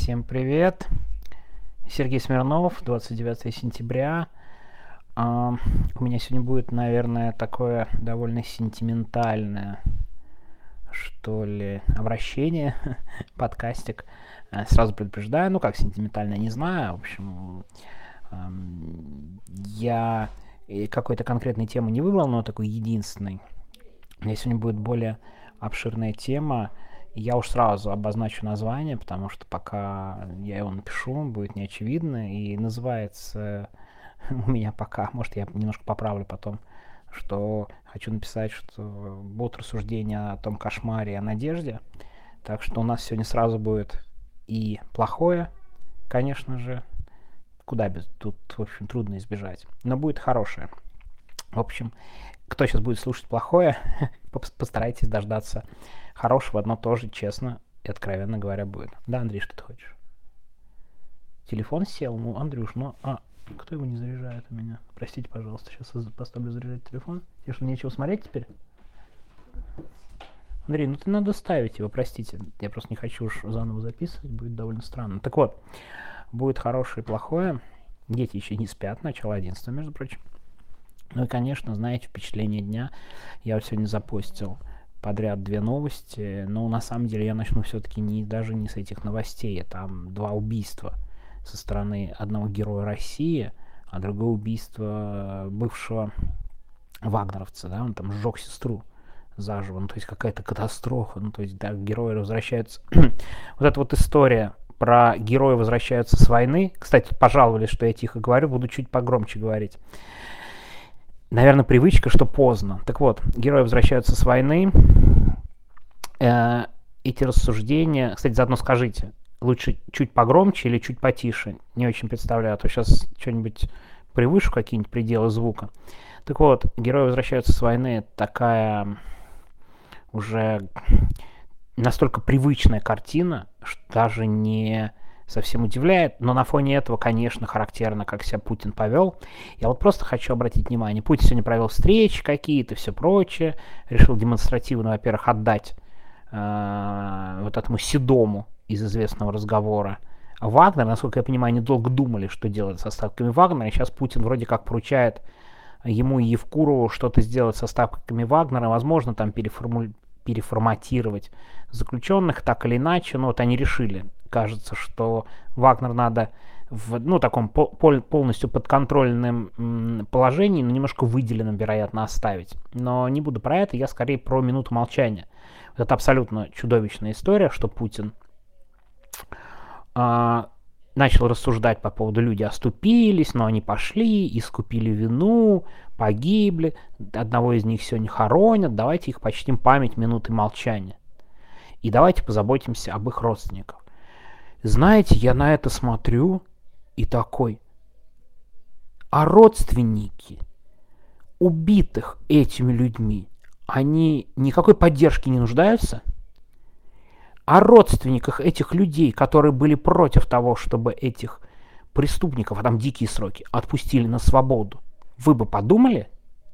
Всем привет. Сергей Смирнов, 29 сентября. У меня сегодня будет, наверное, такое довольно сентиментальное, что ли, обращение, подкастик. Сразу предупреждаю, ну как сентиментальное, не знаю. В общем, я какой-то конкретной темы не выбрал, но такой единственный. У меня сегодня будет более обширная тема. Я уж сразу обозначу название, потому что пока я его напишу, будет неочевидно. И называется у меня пока, может я немножко поправлю потом, что хочу написать, что будут рассуждения о том кошмаре и о надежде. Так что у нас сегодня сразу будет и плохое, конечно же, куда без, тут, в общем, трудно избежать, но будет хорошее. В общем, кто сейчас будет слушать плохое, постарайтесь дождаться хорошего, одно тоже честно и откровенно говоря будет. Да, Андрей, что ты хочешь? Телефон сел? Ну, Андрюш, кто его не заряжает у меня? Простите, пожалуйста, сейчас поставлю заряжать телефон. Тебе что, нечего смотреть теперь? Андрей, ну ты надо ставить его, простите. Я просто не хочу уж заново записывать, будет довольно странно. Так вот, будет хорошее и плохое. Дети еще не спят, начало 11, между прочим. Ну и, конечно, знаете, впечатление дня. Я вот сегодня запостил подряд две новости, но на самом деле я начну все-таки даже не с этих новостей. Там два убийства со стороны одного героя России, а другое убийство бывшего вагнеровца, да, он там сжег сестру заживо, ну то есть какая-то катастрофа, ну то есть да, герои возвращаются. Вот эта вот история про герои возвращаются с войны, кстати, пожаловались, что я тихо говорю, буду чуть погромче говорить. Наверное, привычка, что поздно. Так вот, герои возвращаются с войны. Эти рассуждения... Кстати, заодно скажите, лучше чуть погромче или чуть потише? Не очень представляю, а то сейчас что-нибудь превышу, какие-нибудь пределы звука. Так вот, герои возвращаются с войны. Такая уже настолько привычная картина, что даже не совсем удивляет, но на фоне этого, конечно, характерно, как себя Путин повел. Я вот просто хочу обратить внимание, Путин сегодня провел встречи какие-то, все прочее, решил демонстративно, во-первых, отдать вот этому Седому из известного разговора Вагнер. Насколько я понимаю, они долго думали, что делать с остатками Вагнера, и сейчас Путин вроде как поручает ему и Евкурову что-то сделать с остатками Вагнера, возможно, там переформатировать заключенных, так или иначе, но вот они решили, кажется, что Вагнер надо в таком полностью подконтрольном положении, но немножко выделенном, вероятно, оставить. Но не буду про это, я скорее про минуту молчания. Вот это абсолютно чудовищная история, что Путин начал рассуждать по поводу люди оступились, но они пошли, искупили вину, погибли, одного из них сегодня хоронят, давайте их почтим память минуты молчания. И давайте позаботимся об их родственниках. Знаете, я на это смотрю и такой, а родственники убитых этими людьми, они никакой поддержки не нуждаются? О родственниках этих людей, которые были против того, чтобы этих преступников, а там дикие сроки, отпустили на свободу, вы бы подумали?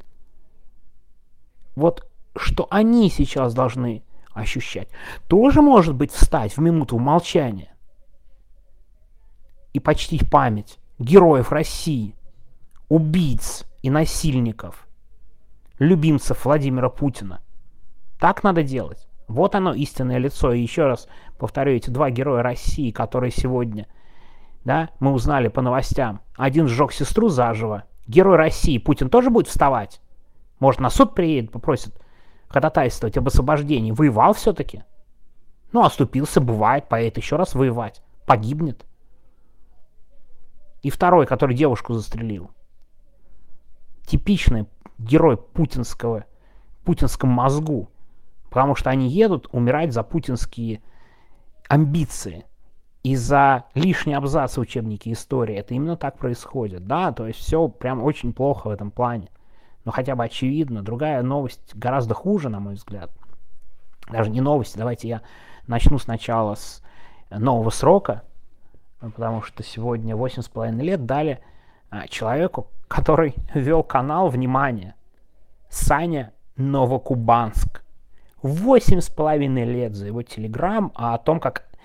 Вот что они сейчас должны ощущать. Тоже, может быть, встать в минуту молчания и почтить память героев России, убийц и насильников, любимцев Владимира Путина. Так надо делать. Вот оно, истинное лицо. И еще раз повторю, эти два героя России, которые сегодня, да, мы узнали по новостям. Один сжег сестру заживо. Герой России. Путин тоже будет вставать? Может, на суд приедет, попросит ходатайствовать об освобождении. Воевал все-таки? Ну, оступился, бывает, поедет еще раз воевать. Погибнет. И второй, который девушку застрелил. Типичный герой путинскому мозгу. Потому что они едут умирать за путинские амбиции и за лишние абзацы в учебнике истории. Это именно так происходит. Да, то есть все прям очень плохо в этом плане. Но хотя бы очевидно. Другая новость гораздо хуже, на мой взгляд. Даже не новости. Давайте я начну сначала с нового срока. Потому что сегодня 8,5 лет дали человеку, который вел канал, внимание, Саня Новокубанск. 8,5 лет за его телеграм, а о том, как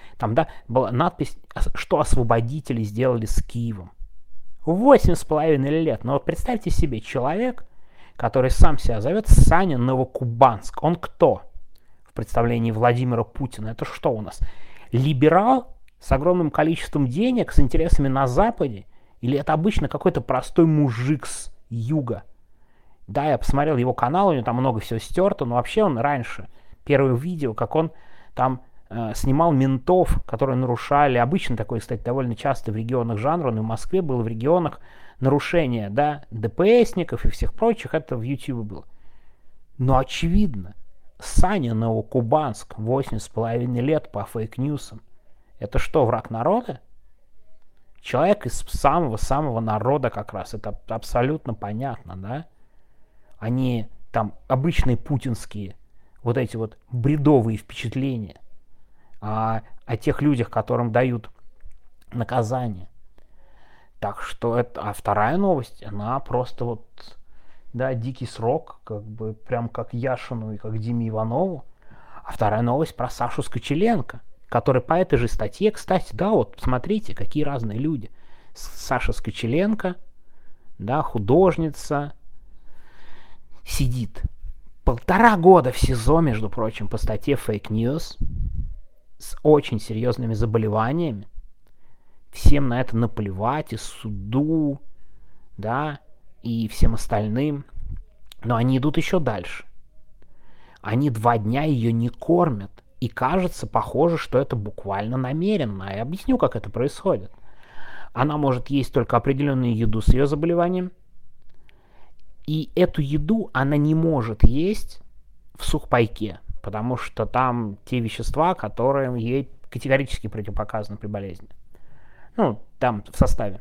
Там, да, была надпись, что освободители сделали с Киевом. 8,5 лет. Но вот представьте себе, человек, который сам себя зовет Саня Новокубанск. Он кто в представлении Владимира Путина? Это что у нас? Либерал с огромным количеством денег, с интересами на Западе? Или это обычно какой-то простой мужик с юга? Да, я посмотрел его канал, у него там много всего стерто, но вообще он раньше, первое видео, как он там снимал ментов, которые нарушали, обычно такое, кстати, довольно часто в регионах жанра, но в Москве было в регионах нарушение, да, ДПСников и всех прочих, это в YouTube было. Но очевидно, Саня Новокубанск, 8,5 лет по фейк-ньюсам. Это что, враг народа? Человек из самого-самого народа как раз, это абсолютно понятно, да? Они там обычные путинские, вот эти вот бредовые впечатления о тех людях, которым дают наказание. Так что это, а вторая новость, она просто вот, да, дикий срок, как бы прям как Яшину и как Диме Иванову. А вторая новость про Сашу Скочеленко, который по этой же статье, кстати, да, вот смотрите, какие разные люди. Саша Скочеленко, да, художница, сидит 1,5 года в СИЗО, между прочим, по статье Fake News, с очень серьезными заболеваниями. Всем на это наплевать, и суду, да, и всем остальным. Но они идут еще дальше. Они 2 дня ее не кормят. И кажется, похоже, что это буквально намеренно. Я объясню, как это происходит. Она может есть только определенную еду с ее заболеванием. И эту еду она не может есть в сухпайке, потому что там те вещества, которые ей категорически противопоказаны при болезни. Ну, там в составе.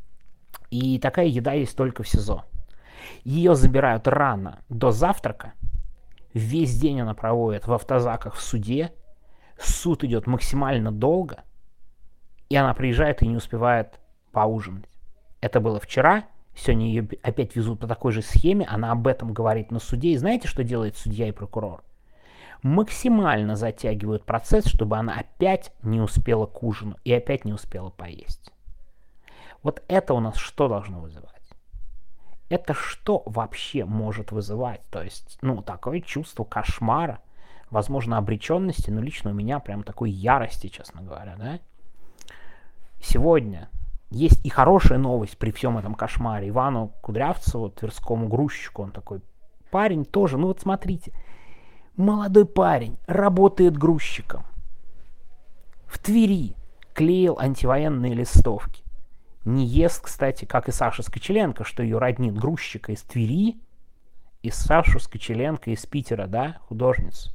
И такая еда есть только в СИЗО. Ее забирают рано до завтрака. Весь день она проводит в автозаках в суде. Суд идет максимально долго. И она приезжает и не успевает поужинать. Это было вчера. Сегодня ее опять везут по такой же схеме. Она об этом говорит на суде. И знаете, что делает судья и прокурор? Максимально затягивают процесс, чтобы она опять не успела к ужину и опять не успела поесть. Вот это у нас что должно вызывать? Это что вообще может вызывать? То есть, ну, такое чувство кошмара, возможно, обреченности, но лично у меня прям такой ярости, честно говоря, да? Сегодня есть и хорошая новость при всем этом кошмаре. Ивану Кудрявцеву, тверскому грузчику, он такой парень тоже, ну вот смотрите, молодой парень, работает грузчиком. В Твери клеил антивоенные листовки. Не ест, кстати, как и Саша Скочеленко, что ее роднит грузчика из Твери и Сашу Скочеленко из Питера, да, художницу.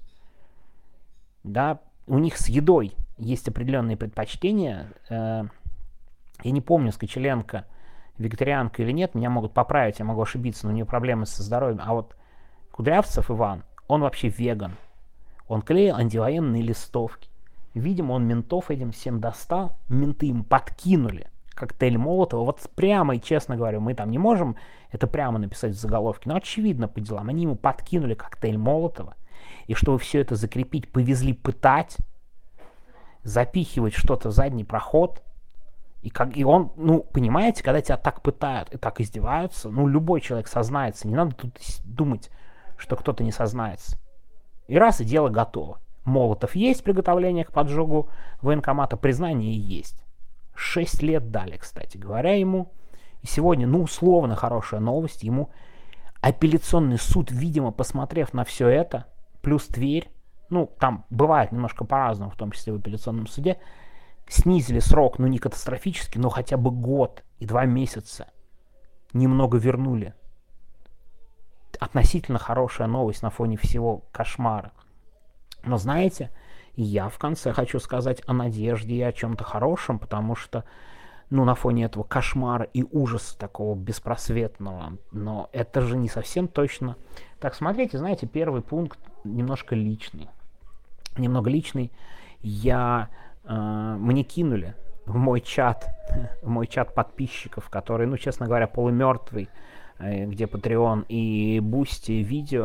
Да, у них с едой есть определенные предпочтения. Я не помню, Скочеленко вегетарианка или нет, меня могут поправить, я могу ошибиться, но у нее проблемы со здоровьем. А вот Кудрявцев Иван, он вообще веган. Он клеил антивоенные листовки. Видимо, он ментов этим всем достал, менты им подкинули коктейль Молотова. Вот прямо и честно говорю, мы там не можем это прямо написать в заголовке, но очевидно по делам. Они ему подкинули коктейль Молотова, и чтобы все это закрепить, повезли пытать, запихивать что-то в задний проход. И он, ну, понимаете, когда тебя так пытают и так издеваются, ну, любой человек сознается. Не надо тут думать, что кто-то не сознается. И раз, и дело готово. Молотов есть, приготовление к поджогу военкомата, признание есть. 6 лет дали, кстати говоря, ему. И сегодня, ну, условно хорошая новость. Ему апелляционный суд, видимо, посмотрев на все это, плюс Тверь, ну, там бывает немножко по-разному, в том числе в апелляционном суде, снизили срок, ну, не катастрофически, но хотя бы год и 2 месяца. Немного вернули. Относительно хорошая новость на фоне всего кошмара. Но знаете, я в конце хочу сказать о надежде и о чем-то хорошем, потому что, ну, на фоне этого кошмара и ужаса такого беспросветного, но это же не совсем точно. Так, смотрите, знаете, первый пункт немножко личный. Немного личный. Мне кинули в мой чат подписчиков, который, ну, честно говоря, полумертвый, где Patreon и Boosty видео,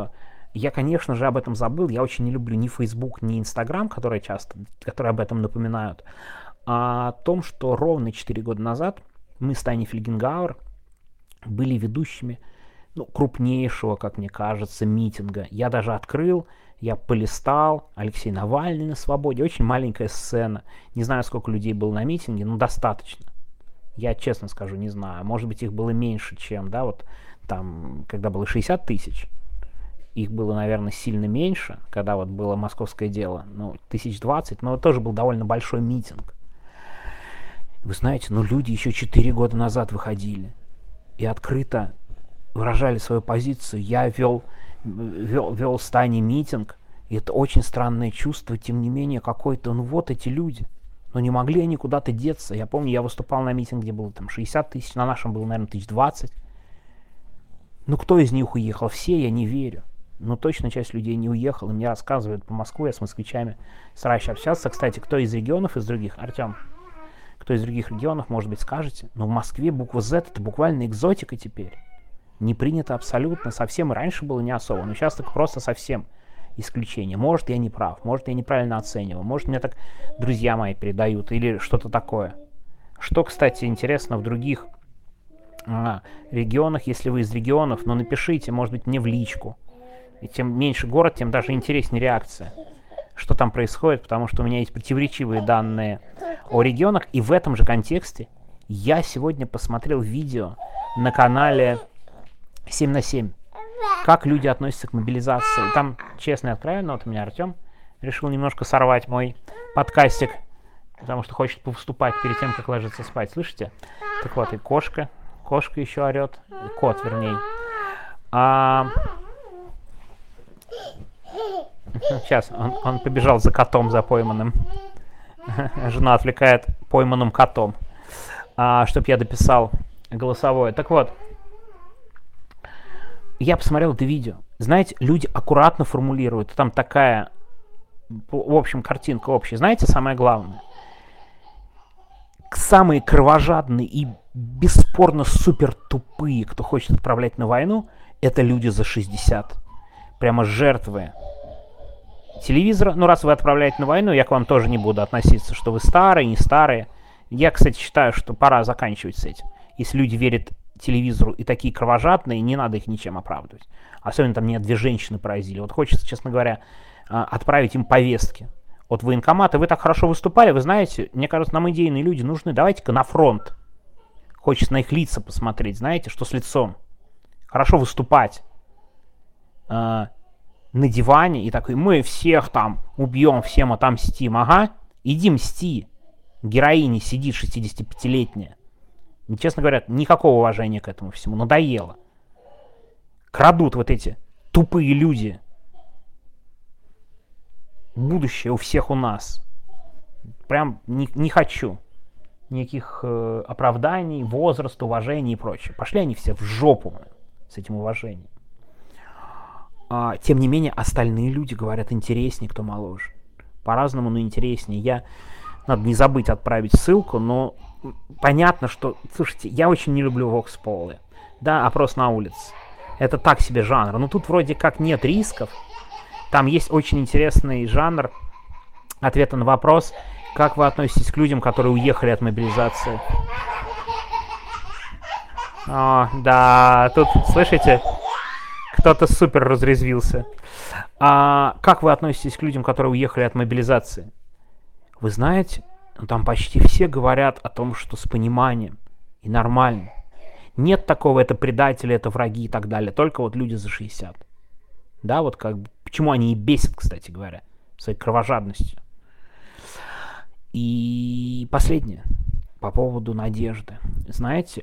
Я, конечно же, об этом забыл. Я очень не люблю ни Facebook, ни Instagram, которые об этом напоминают. А о том, что ровно 4 года назад мы с Таней Фельгенгауэр были ведущими крупнейшего, как мне кажется, митинга. Я даже открыл, я полистал, Алексей Навальный на свободе, очень маленькая сцена. Не знаю, сколько людей было на митинге, но достаточно. Я честно скажу, не знаю. Может быть, их было меньше, чем, там, когда было 60 тысяч. Их было, наверное, сильно меньше, когда было московское дело, 1020, но это тоже был довольно большой митинг. Вы знаете, люди еще 4 года назад выходили и открыто выражали свою позицию. Я вел с Таней митинг, и это очень странное чувство, тем не менее, какое-то, эти люди. Но не могли они куда-то деться. Я помню, я выступал на митинге, где было там 60 тысяч, на нашем было, наверное, 1020. Кто из них уехал? Все, я не верю. Точно часть людей не уехала. Мне рассказывают по Москве, я с москвичами стараюсь общаться. Кстати, кто из регионов, из других? Артем, кто из других регионов, может быть, скажете? Но в Москве буква Z — это буквально экзотика теперь. Не принято абсолютно, совсем. И раньше было не особо, но сейчас так просто совсем исключение. Может, я не прав, может, я неправильно оценивал, может, мне так друзья мои передают или что-то такое. Что, кстати, интересно в других регионах, если вы из регионов, напишите, может быть, мне в личку. И тем меньше город, тем даже интереснее реакция, что там происходит, потому что у меня есть противоречивые данные о регионах. И в этом же контексте я сегодня посмотрел видео на канале 7 на 7. Как люди относятся к мобилизации. Там, честно и откровенно, у меня Артем решил немножко сорвать мой подкастик, потому что хочет повыступать перед тем, как ложиться спать. Слышите? Так вот, и кошка еще орет. Кот, вернее. Сейчас, он побежал за котом, за пойманным. Жена отвлекает пойманным котом. Чтоб я дописал голосовое. Так вот, я посмотрел это видео. Знаете, люди аккуратно формулируют. Там такая, в общем, картинка общая. Знаете, самое главное? Самые кровожадные и бесспорно супер тупые, кто хочет отправлять на войну, это люди за 60. Прямо жертвы телевизора. Раз вы отправляете на войну, я к вам тоже не буду относиться, что вы старые, не старые. Я, кстати, считаю, что пора заканчивать с этим. Если люди верят телевизору и такие кровожадные, не надо их ничем оправдывать. Особенно там меня 2 женщины поразили. Хочется, честно говоря, отправить им повестки от военкомата. Вы так хорошо выступали, вы знаете, мне кажется, нам идейные люди нужны. Давайте-ка на фронт. Хочется на их лица посмотреть, знаете, что с лицом. Хорошо выступать на диване и такой: мы всех там убьем, всем отомстим. Ага, иди мсти. Героиня сидит 65-летняя. Честно говоря, никакого уважения к этому всему. Надоело. Крадут эти тупые люди. Будущее у всех у нас. Прям не хочу никаких оправданий, возраста, уважения и прочее. Пошли они все в жопу с этим уважением. Тем не менее, остальные люди говорят интереснее, кто моложе. По-разному, но интереснее. Надо не забыть отправить ссылку, но понятно, что... Слушайте, я очень не люблю вокс-полы. Да, опрос на улице. Это так себе жанр. Но тут вроде как нет рисков. Там есть очень интересный жанр ответа на вопрос, как вы относитесь к людям, которые уехали от мобилизации. Да, тут, слышите, кто-то супер разрезвился. Как вы относитесь к людям, которые уехали от мобилизации? Вы знаете, там почти все говорят о том, что с пониманием и нормально. Нет такого, это предатели, это враги и так далее. Только люди за 60. Да, почему они и бесят, кстати говоря, своей кровожадностью. И последнее, по поводу надежды. Знаете,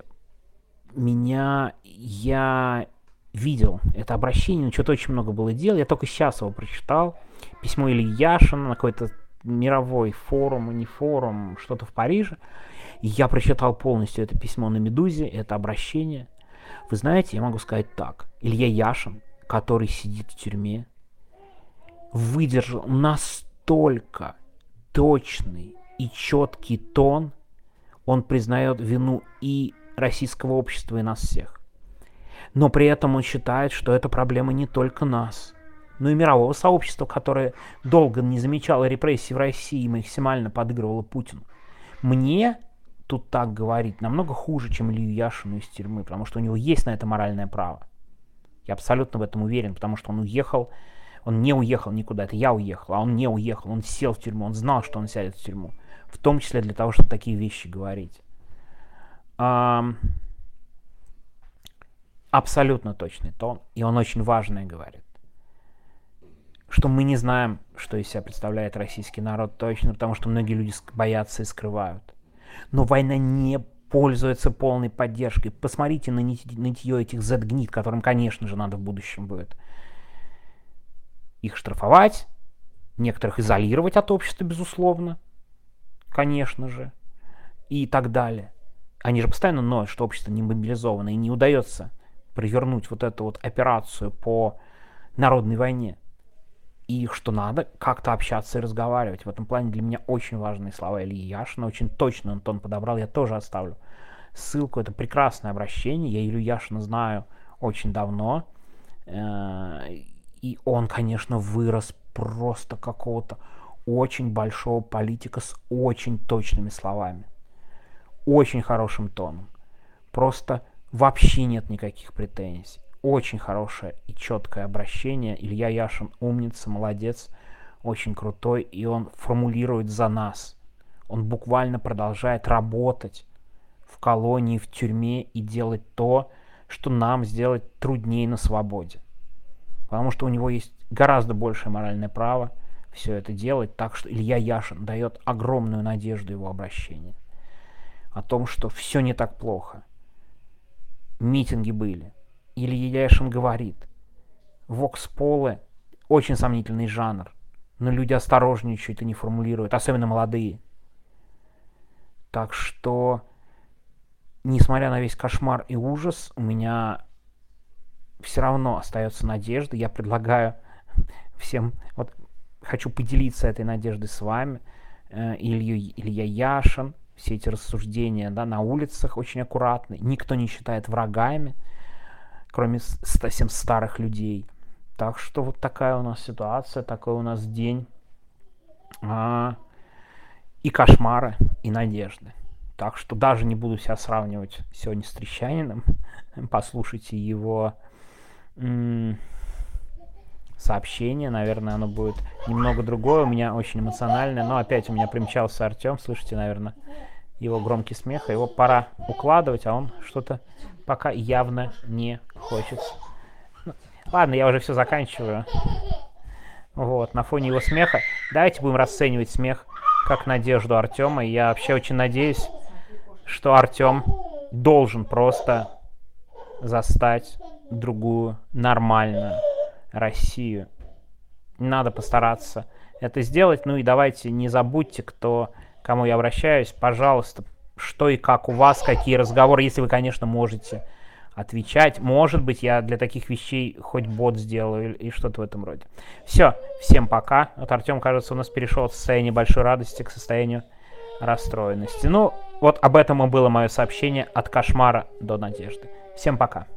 я видел это обращение, что-то очень много было дел, я только сейчас его прочитал. Письмо Ильи Яшина на какой-то мировой форум, не форум, что-то в Париже. И я прочитал полностью это письмо на «Медузе», это обращение. Вы знаете, я могу сказать так. Илья Яшин, который сидит в тюрьме, выдержал настолько точный и четкий тон. Он признает вину и российского общества, и нас всех. Но при этом он считает, что эта проблема не только нас. но и мирового сообщества, которое долго не замечало репрессий в России и максимально подыгрывало Путину. Мне тут так говорить намного хуже, чем Илью Яшину из тюрьмы, потому что у него есть на это моральное право. Я абсолютно в этом уверен, потому что он уехал, он не уехал никуда, это я уехал, а он не уехал, он сел в тюрьму, он знал, что он сядет в тюрьму, в том числе для того, чтобы такие вещи говорить. Абсолютно точный тон, и он очень важное говорит. Что мы не знаем, что из себя представляет российский народ точно, потому что многие люди боятся и скрывают. Но война не пользуется полной поддержкой. Посмотрите на нытье этих Z-гнид, которым, конечно же, надо в будущем будет их штрафовать, некоторых изолировать от общества, безусловно, конечно же, и так далее. Они же постоянно ноют, что общество не мобилизовано, и не удается провернуть вот эту вот операцию по народной войне. И что надо как-то общаться и разговаривать. В этом плане для меня очень важные слова Ильи Яшина. Очень точно он тон подобрал. Я тоже оставлю ссылку. Это прекрасное обращение. Я Илью Яшина знаю очень давно. И он, конечно, вырос просто какого-то очень большого политика с очень точными словами. Очень хорошим тоном. Просто вообще нет никаких претензий. Очень хорошее и четкое обращение. Илья Яшин умница, молодец, очень крутой, и он формулирует за нас. Он буквально продолжает работать в колонии, в тюрьме и делать то, что нам сделать труднее на свободе. Потому что у него есть гораздо большее моральное право все это делать, так что Илья Яшин дает огромную надежду его обращения. О том, что все не так плохо. Митинги были. Илья Яшин говорит, вокс-поле очень сомнительный жанр, но люди осторожничают и не формулируют, особенно молодые. Так что, несмотря на весь кошмар и ужас, у меня все равно остается надежда. Я предлагаю всем, вот хочу поделиться этой надеждой с вами. Илья Яшин, все эти рассуждения, да, на улицах очень аккуратны, никто не считает врагами, кроме совсем старых людей. Так что вот такая у нас ситуация, такой у нас день. И кошмары, и надежды. Так что даже не буду себя сравнивать сегодня с Трещаниным. Послушайте его сообщение. Наверное, оно будет немного другое. У меня очень эмоциональное. Но опять у меня примчался Артем. Слышите, наверное, его громкий смех. Его пора укладывать, а он что-то пока явно не хочется. Ладно, я уже все заканчиваю. Вот, на фоне его смеха. Давайте будем расценивать смех как надежду Артема. И я вообще очень надеюсь, что Артем должен просто застать другую нормальную Россию. Надо постараться это сделать. Ну и давайте не забудьте, к кому я обращаюсь, пожалуйста, что и как у вас, какие разговоры, если вы, конечно, можете отвечать. Может быть, я для таких вещей хоть бот сделаю и что-то в этом роде. Все, всем пока. Вот Артем, кажется, у нас перешел от состояния большой радости к состоянию расстроенности. Ну, вот об этом и было мое сообщение от кошмара до надежды. Всем пока.